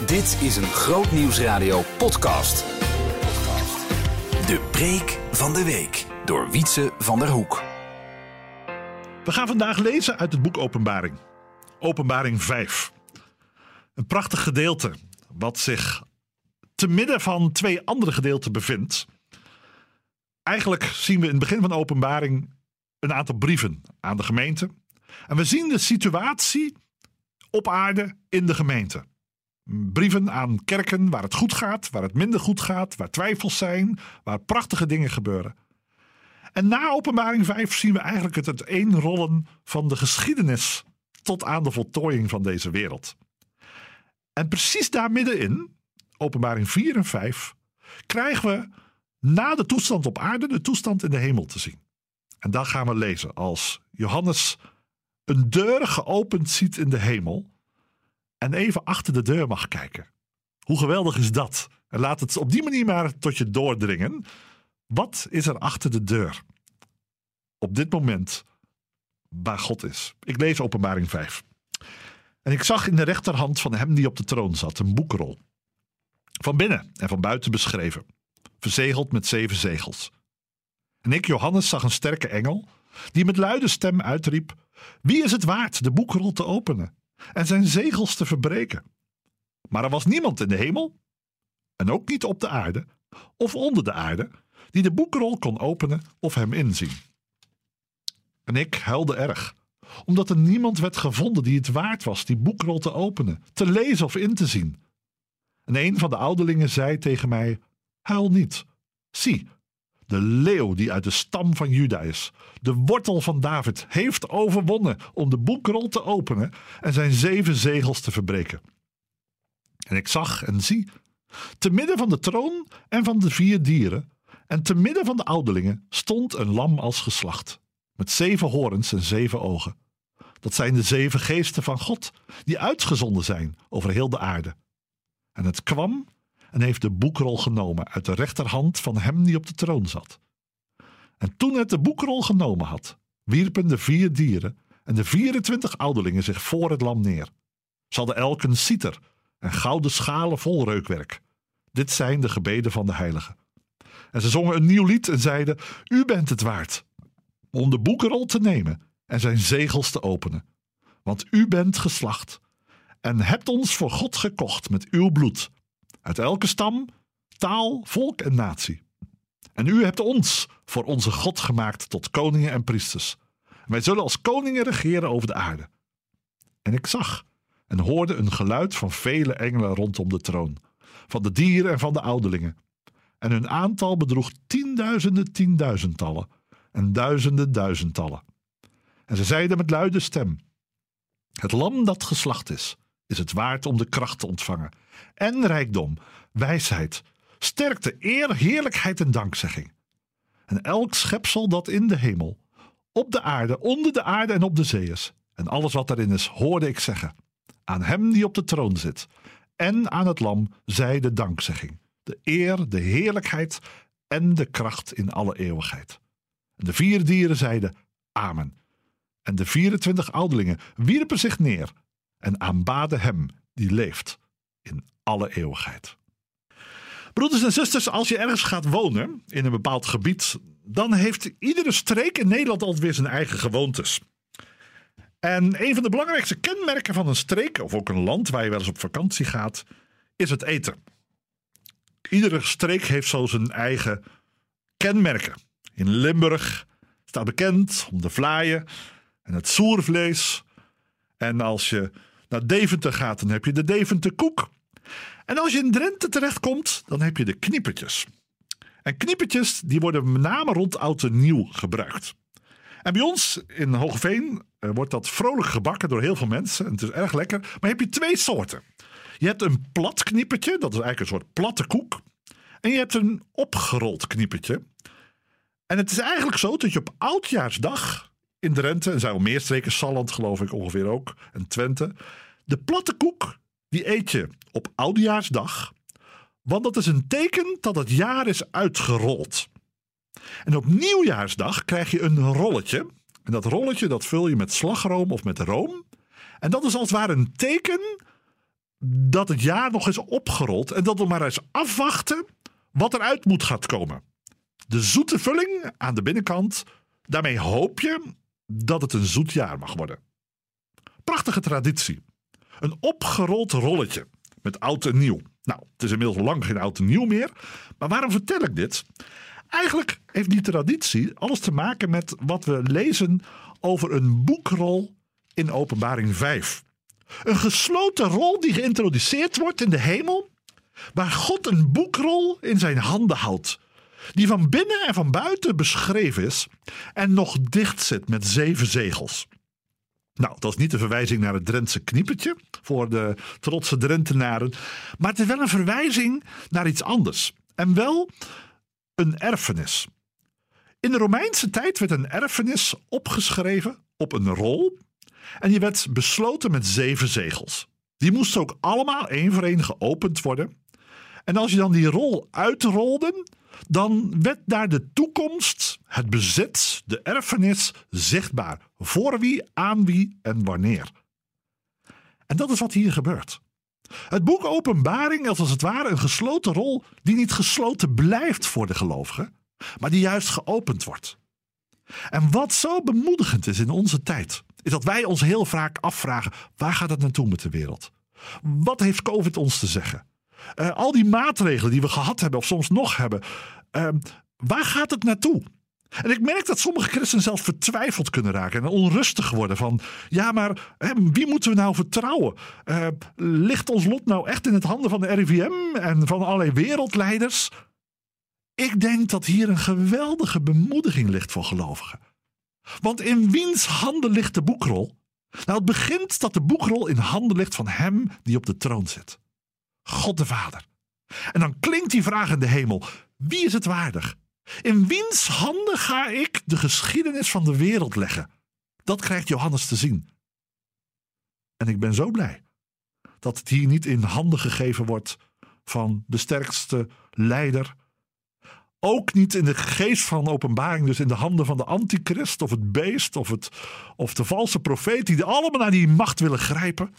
Dit is een Grootnieuwsradio podcast. De preek van de week door Wietse van der Hoek. We gaan vandaag lezen uit het boek Openbaring. Openbaring 5. Een prachtig gedeelte wat zich te midden van twee andere gedeelten bevindt. Eigenlijk zien we in het begin van Openbaring een aantal brieven aan de gemeente. En we zien de situatie op aarde in de gemeente. Brieven aan kerken waar het goed gaat, waar het minder goed gaat, waar twijfels zijn, waar prachtige dingen gebeuren. En na Openbaring 5 zien we eigenlijk het uiteenrollen van de geschiedenis tot aan de voltooiing van deze wereld. En precies daar middenin, Openbaring 4 en 5, krijgen we na de toestand op aarde de toestand in de hemel te zien. En daar gaan we lezen als Johannes een deur geopend ziet in de hemel en even achter de deur mag kijken. Hoe geweldig is dat? En laat het op die manier maar tot je doordringen. Wat is er achter de deur? Op dit moment waar God is. Ik lees Openbaring 5. En ik zag in de rechterhand van hem die op de troon zat een boekrol. Van binnen en van buiten beschreven. Verzegeld met 7 zegels. En ik, Johannes, zag een sterke engel die met luide stem uitriep: wie is het waard de boekrol te openen en zijn zegels te verbreken? Maar er was niemand in de hemel en ook niet op de aarde of onder de aarde die de boekrol kon openen of hem inzien. En ik huilde erg, omdat er niemand werd gevonden die het waard was die boekrol te openen, te lezen of in te zien. En een van de ouderlingen zei tegen mij: huil niet. Zie, de leeuw die uit de stam van Juda is, de wortel van David, heeft overwonnen om de boekrol te openen en zijn 7 zegels te verbreken. En ik zag en zie, te midden van de troon en van de 4 dieren en te midden van de ouderlingen stond een lam als geslacht, met 7 horens en 7 ogen. Dat zijn de 7 geesten van God, die uitgezonden zijn over heel de aarde. En het kwam en heeft de boekrol genomen uit de rechterhand van hem die op de troon zat. En toen het de boekrol genomen had, wierpen de 4 dieren en de 24 ouderlingen zich voor het lam neer. Ze hadden elk een citer en gouden schalen vol reukwerk. Dit zijn de gebeden van de heiligen. En ze zongen een nieuw lied en zeiden: u bent het waard om de boekrol te nemen en zijn zegels te openen. Want u bent geslacht en hebt ons voor God gekocht met uw bloed, uit elke stam, taal, volk en natie. En u hebt ons voor onze God gemaakt tot koningen en priesters. Wij zullen als koningen regeren over de aarde. En ik zag en hoorde een geluid van vele engelen rondom de troon, van de dieren en van de ouderlingen. En hun aantal bedroeg 10.000 tienduizendtallen en duizenden duizendtallen. En ze zeiden met luide stem: het lam dat geslacht is het waard om de kracht te ontvangen, en rijkdom, wijsheid, sterkte, eer, heerlijkheid en dankzegging. En elk schepsel dat in de hemel, op de aarde, onder de aarde en op de zee is, en alles wat daarin is, hoorde ik zeggen: aan hem die op de troon zit en aan het lam zij de dankzegging, de eer, de heerlijkheid en de kracht in alle eeuwigheid. En de 4 dieren zeiden: amen. En de 24 ouderlingen wierpen zich neer en aanbaden hem die leeft in alle eeuwigheid. Broeders en zusters, als je ergens gaat wonen in een bepaald gebied, dan heeft iedere streek in Nederland altijd weer zijn eigen gewoontes. En een van de belangrijkste kenmerken van een streek, of ook een land waar je wel eens op vakantie gaat, is het eten. Iedere streek heeft zo zijn eigen kenmerken. In Limburg staat bekend om de vlaaien en het soervlees. En als je naar Deventer gaat, dan heb je de Deventerkoek. En als je in Drenthe terechtkomt, dan heb je de kniepertjes. En kniepertjes die worden met name rond oud en nieuw gebruikt. En bij ons in Hoogeveen wordt dat vrolijk gebakken door heel veel mensen. En het is erg lekker. Maar heb je 2 soorten. Je hebt een plat kniepertje, dat is eigenlijk een soort platte koek. En je hebt een opgerold kniepertje. En het is eigenlijk zo dat je op Oudjaarsdag in Drenthe, en zijn wel meer streken, Salland geloof ik ongeveer ook, en Twente, de platte koek, die eet je op Oudejaarsdag, want dat is een teken dat het jaar is uitgerold. En op Nieuwjaarsdag krijg je een rolletje. En dat rolletje dat vul je met slagroom of met room. En dat is als het ware een teken dat het jaar nog is opgerold en dat we maar eens afwachten wat eruit moet gaan komen. De zoete vulling aan de binnenkant, daarmee hoop je dat het een zoet jaar mag worden. Prachtige traditie. Een opgerold rolletje met oud en nieuw. Nou, het is inmiddels lang geen oud en nieuw meer. Maar waarom vertel ik dit? Eigenlijk heeft die traditie alles te maken met wat we lezen over een boekrol in Openbaring 5. Een gesloten rol die geïntroduceerd wordt in de hemel, waar God een boekrol in zijn handen houdt. Die van binnen en van buiten beschreven is en nog dicht zit met 7 zegels. Nou, dat is niet een verwijzing naar het Drentse kniepertje voor de trotse Drentenaren. Maar het is wel een verwijzing naar iets anders. En wel een erfenis. In de Romeinse tijd werd een erfenis opgeschreven op een rol. En die werd besloten met 7 zegels. Die moesten ook allemaal één voor één geopend worden. En als je dan die rol uitrolde, dan werd daar de toekomst, het bezit, de erfenis zichtbaar. Voor wie, aan wie en wanneer. En dat is wat hier gebeurt. Het boek Openbaring is als het ware een gesloten rol die niet gesloten blijft voor de gelovigen, maar die juist geopend wordt. En wat zo bemoedigend is in onze tijd, is dat wij ons heel vaak afvragen, waar gaat het naartoe met de wereld? Wat heeft COVID ons te zeggen? Al die maatregelen die we gehad hebben of soms nog hebben, waar gaat het naartoe? En ik merk dat sommige christenen zelfs vertwijfeld kunnen raken en onrustig worden van, ja maar wie moeten we nou vertrouwen? Ligt ons lot nou echt in het handen van de RIVM en van allerlei wereldleiders? Ik denk dat hier een geweldige bemoediging ligt voor gelovigen. Want in wiens handen ligt de boekrol? Nou, het begint dat de boekrol in handen ligt van hem die op de troon zit. God de Vader. En dan klinkt die vraag in de hemel. Wie is het waardig? In wiens handen ga ik de geschiedenis van de wereld leggen? Dat krijgt Johannes te zien. En ik ben zo blij dat het hier niet in handen gegeven wordt van de sterkste leider. Ook niet in de geest van openbaring, dus in de handen van de antichrist of het beest of de valse profeet die allemaal naar die macht willen grijpen.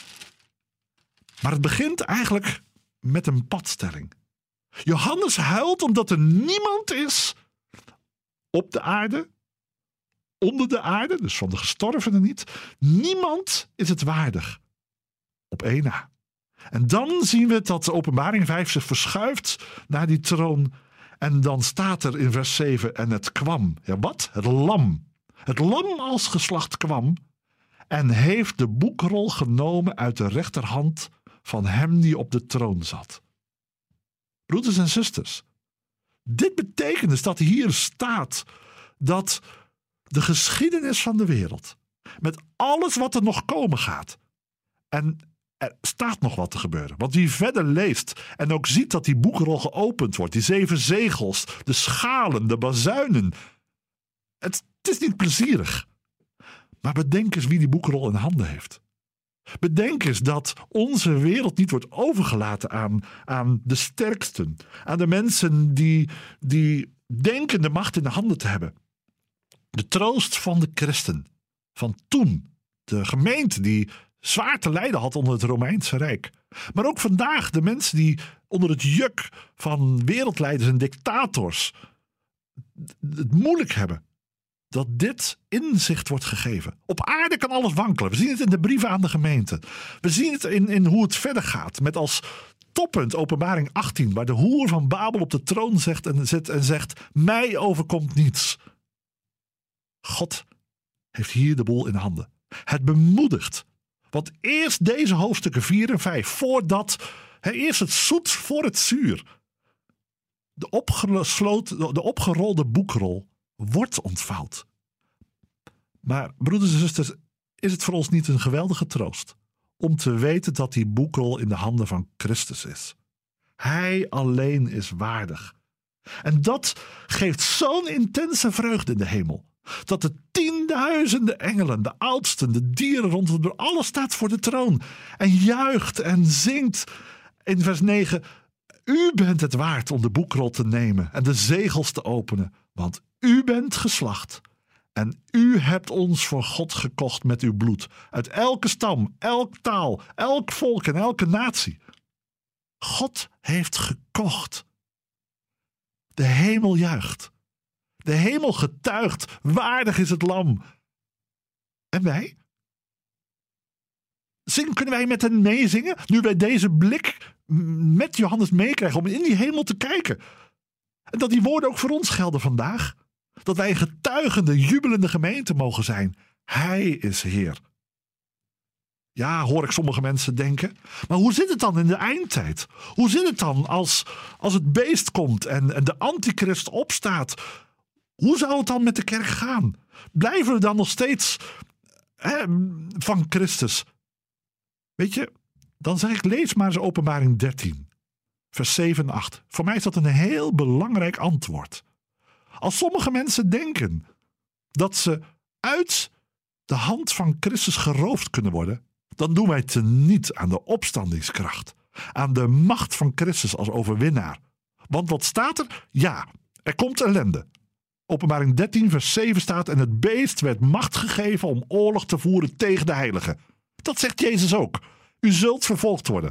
Maar het begint eigenlijk met een padstelling. Johannes huilt omdat er niemand is op de aarde, onder de aarde, dus van de gestorvenen niet. Niemand is het waardig. Op één na. En dan zien we dat de Openbaring 5 zich verschuift naar die troon. En dan staat er in vers 7, en het kwam. Ja, wat? Het lam. Het lam als geslacht kwam en heeft de boekrol genomen uit de rechterhand van hem die op de troon zat. Broeders en zusters, dit betekent dus dat hier staat dat de geschiedenis van de wereld, met alles wat er nog komen gaat, en er staat nog wat te gebeuren. Want wie verder leest en ook ziet dat die boekrol geopend wordt, die 7 zegels, de schalen, de bazuinen, het is niet plezierig. Maar bedenk eens wie die boekrol in handen heeft. Bedenk eens dat onze wereld niet wordt overgelaten aan de sterksten. Aan de mensen die denken de macht in de handen te hebben. De troost van de christen. Van toen. De gemeente die zwaar te lijden had onder het Romeinse Rijk. Maar ook vandaag de mensen die onder het juk van wereldleiders en dictators het moeilijk hebben. Dat dit inzicht wordt gegeven. Op aarde kan alles wankelen. We zien het in de brieven aan de gemeente. We zien het in hoe het verder gaat. Met als toppunt Openbaring 18. Waar de hoer van Babel op de troon zit en zegt. Mij overkomt niets. God heeft hier de boel in handen. Het bemoedigt. Want eerst deze hoofdstukken 4 en 5. Voordat. Eerst het zoet voor het zuur. De opgerolde boekrol wordt ontvouwd. Maar broeders en zusters, is het voor ons niet een geweldige troost om te weten dat die boekrol in de handen van Christus is. Hij alleen is waardig. En dat geeft zo'n intense vreugde in de hemel. Dat de 10.000 engelen, de oudsten, de dieren rondom, alles staat voor de troon. En juicht en zingt in vers 9. U bent het waard om de boekrol te nemen en de zegels te openen. Want u bent geslacht En u hebt ons voor God gekocht met uw bloed. Uit elke stam, elke taal, elk volk en elke natie. God heeft gekocht. De hemel juicht. De hemel getuigt, waardig is het lam. En wij? Kunnen wij met hen meezingen, nu wij deze blik met Johannes meekrijgen om in die hemel te kijken? En dat die woorden ook voor ons gelden vandaag. Dat wij een getuigende, jubelende gemeente mogen zijn. Hij is Heer. Ja, hoor ik sommige mensen denken. Maar hoe zit het dan in de eindtijd? Hoe zit het dan als het beest komt en de antichrist opstaat? Hoe zou het dan met de kerk gaan? Blijven we dan nog steeds van Christus? Weet je, dan zeg ik, lees maar eens Openbaring 13, vers 7 en 8. Voor mij is dat een heel belangrijk antwoord. Als sommige mensen denken dat ze uit de hand van Christus geroofd kunnen worden, dan doen wij teniet aan de opstandingskracht, aan de macht van Christus als overwinnaar. Want wat staat er? Ja, er komt ellende. Openbaring 13 vers 7 staat, en het beest werd macht gegeven om oorlog te voeren tegen de heiligen. Dat zegt Jezus ook. U zult vervolgd worden.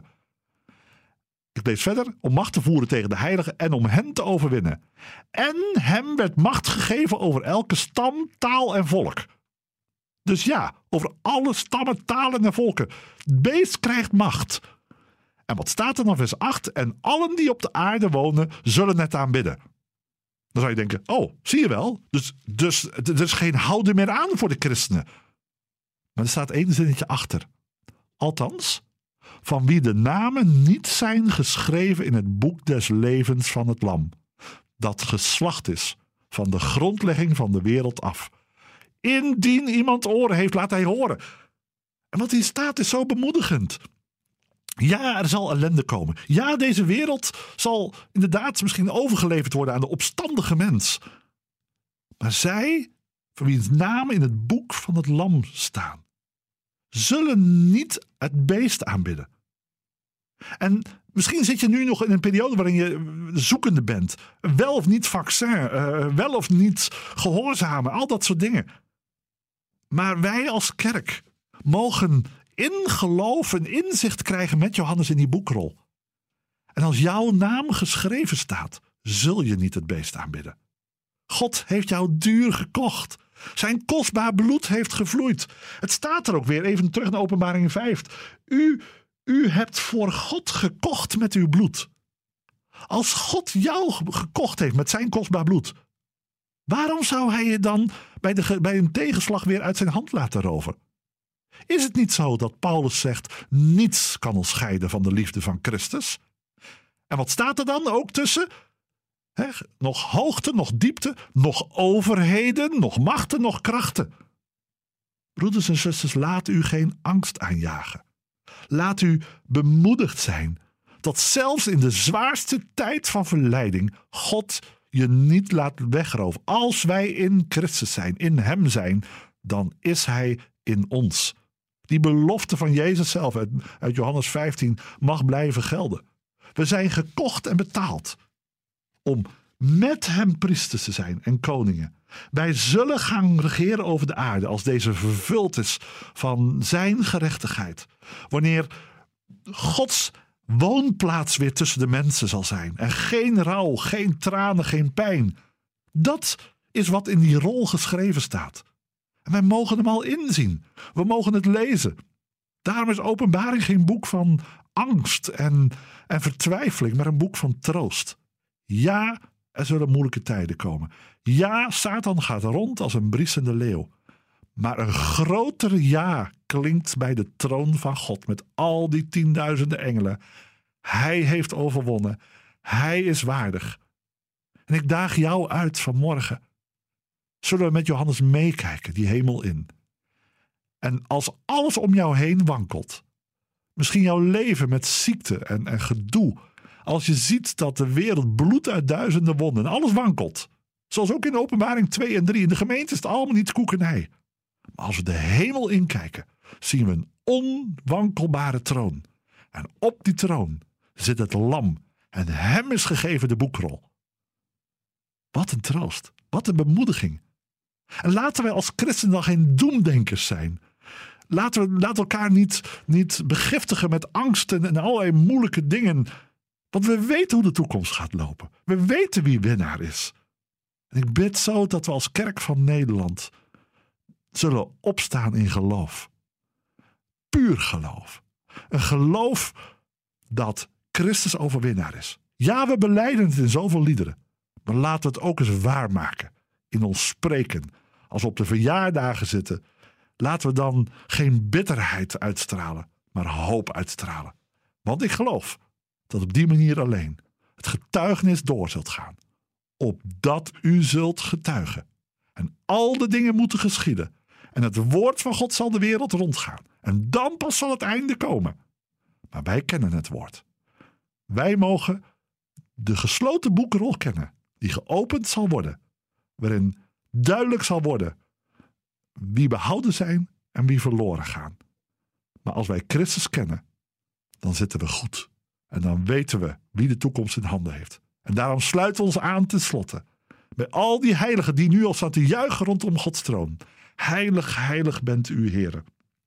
Ik lees verder, om macht te voeren tegen de heiligen en om hen te overwinnen. En hem werd macht gegeven over elke stam, taal en volk. Dus ja, over alle stammen, talen en volken. Het beest krijgt macht. En wat staat er dan vers 8? En allen die op de aarde wonen, zullen het aanbidden. Dan zou je denken, oh, zie je wel. Dus er is geen houden meer aan voor de christenen. Maar er staat één zinnetje achter. Althans, van wie de namen niet zijn geschreven in het boek des levens van het lam. Dat geslacht is van de grondlegging van de wereld af. Indien iemand oren heeft, laat hij horen. En wat hier staat is zo bemoedigend. Ja, er zal ellende komen. Ja, deze wereld zal inderdaad misschien overgeleverd worden aan de opstandige mens. Maar zij, voor wiens namen in het boek van het lam staan, zullen niet het beest aanbidden. En misschien zit je nu nog in een periode waarin je zoekende bent. Wel of niet vaccin, wel of niet gehoorzamen, al dat soort dingen. Maar wij als kerk mogen in geloof en inzicht krijgen met Johannes in die boekrol. En als jouw naam geschreven staat, zul je niet het beest aanbidden. God heeft jou duur gekocht. Zijn kostbaar bloed heeft gevloeid. Het staat er ook weer, even terug naar Openbaring 5. U hebt voor God gekocht met uw bloed. Als God jou gekocht heeft met zijn kostbaar bloed, waarom zou hij je dan bij een tegenslag weer uit zijn hand laten roven? Is het niet zo dat Paulus zegt, niets kan ons scheiden van de liefde van Christus? En wat staat er dan ook tussen? Nog hoogte, nog diepte, nog overheden, nog machten, nog krachten. Broeders en zusters, laat u geen angst aanjagen. Laat u bemoedigd zijn dat zelfs in de zwaarste tijd van verleiding God je niet laat wegroven. Als wij in Christus zijn, in hem zijn, dan is hij in ons. Die belofte van Jezus zelf uit Johannes 15 mag blijven gelden. We zijn gekocht en betaald om met hem priesters te zijn en koningen. Wij zullen gaan regeren over de aarde als deze vervuld is van zijn gerechtigheid. Wanneer Gods woonplaats weer tussen de mensen zal zijn. En geen rouw, geen tranen, geen pijn. Dat is wat in die rol geschreven staat. En wij mogen hem al inzien. We mogen het lezen. Daarom is Openbaring geen boek van angst en vertwijfeling, maar een boek van troost. Ja, er zullen moeilijke tijden komen. Ja, Satan gaat rond als een briesende leeuw. Maar een groter ja klinkt bij de troon van God met al die 10.000 engelen. Hij heeft overwonnen. Hij is waardig. En ik daag jou uit vanmorgen. Zullen we met Johannes meekijken, die hemel in? En als alles om jou heen wankelt, misschien jouw leven met ziekte en gedoe, als je ziet dat de wereld bloedt uit duizenden wonden en alles wankelt, zoals ook in Openbaring 2 en 3, in de gemeente is het allemaal niet koekenij. Maar als we de hemel inkijken, zien we een onwankelbare troon. En op die troon zit het lam en hem is gegeven de boekrol. Wat een troost, wat een bemoediging. En laten wij als christenen dan geen doemdenkers zijn. Laten elkaar niet begiftigen met angsten en allerlei moeilijke dingen. Want we weten hoe de toekomst gaat lopen. We weten wie winnaar is. En ik bid zo dat we als kerk van Nederland zullen opstaan in geloof. Puur geloof. Een geloof dat Christus overwinnaar is. Ja, we belijden het in zoveel liederen. Maar laten we het ook eens waarmaken. In ons spreken. Als we op de verjaardagen zitten. Laten we dan geen bitterheid uitstralen. Maar hoop uitstralen. Want ik geloof dat op die manier alleen het getuigenis door zult gaan. Opdat u zult getuigen. En al de dingen moeten geschieden. En het woord van God zal de wereld rondgaan. En dan pas zal het einde komen. Maar wij kennen het woord. Wij mogen de gesloten boekrol kennen. Die geopend zal worden. Waarin duidelijk zal worden wie behouden zijn en wie verloren gaan. Maar als wij Christus kennen, dan zitten we goed. En dan weten we wie de toekomst in handen heeft. En daarom sluiten we ons aan ten slotte. Bij al die heiligen die nu al staan te juichen rondom Gods troon. Heilig, heilig bent u, Heere.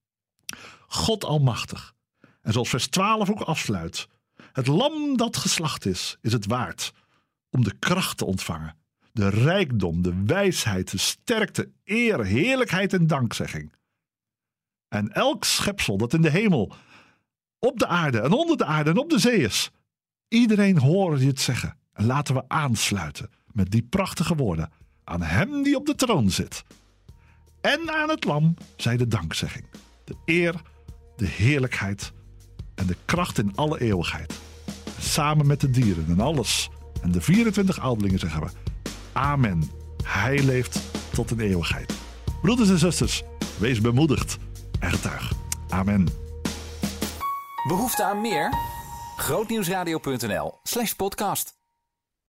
God almachtig. En zoals vers 12 ook afsluit. Het lam dat geslacht is het waard om de kracht te ontvangen. De rijkdom, de wijsheid, de sterkte, eer, heerlijkheid en dankzegging. En elk schepsel dat in de hemel, op de aarde en onder de aarde en op de zee is. Iedereen hoort je het zeggen. En laten we aansluiten met die prachtige woorden. Aan hem die op de troon zit. En aan het lam zij de dankzegging. De eer, de heerlijkheid en de kracht in alle eeuwigheid. En samen met de dieren en alles. En de 24 ouderlingen zeggen we. Amen. Hij leeft tot een eeuwigheid. Broeders en zusters, wees bemoedigd en getuig. Amen. Behoefte aan meer? Grootnieuwsradio.nl/podcast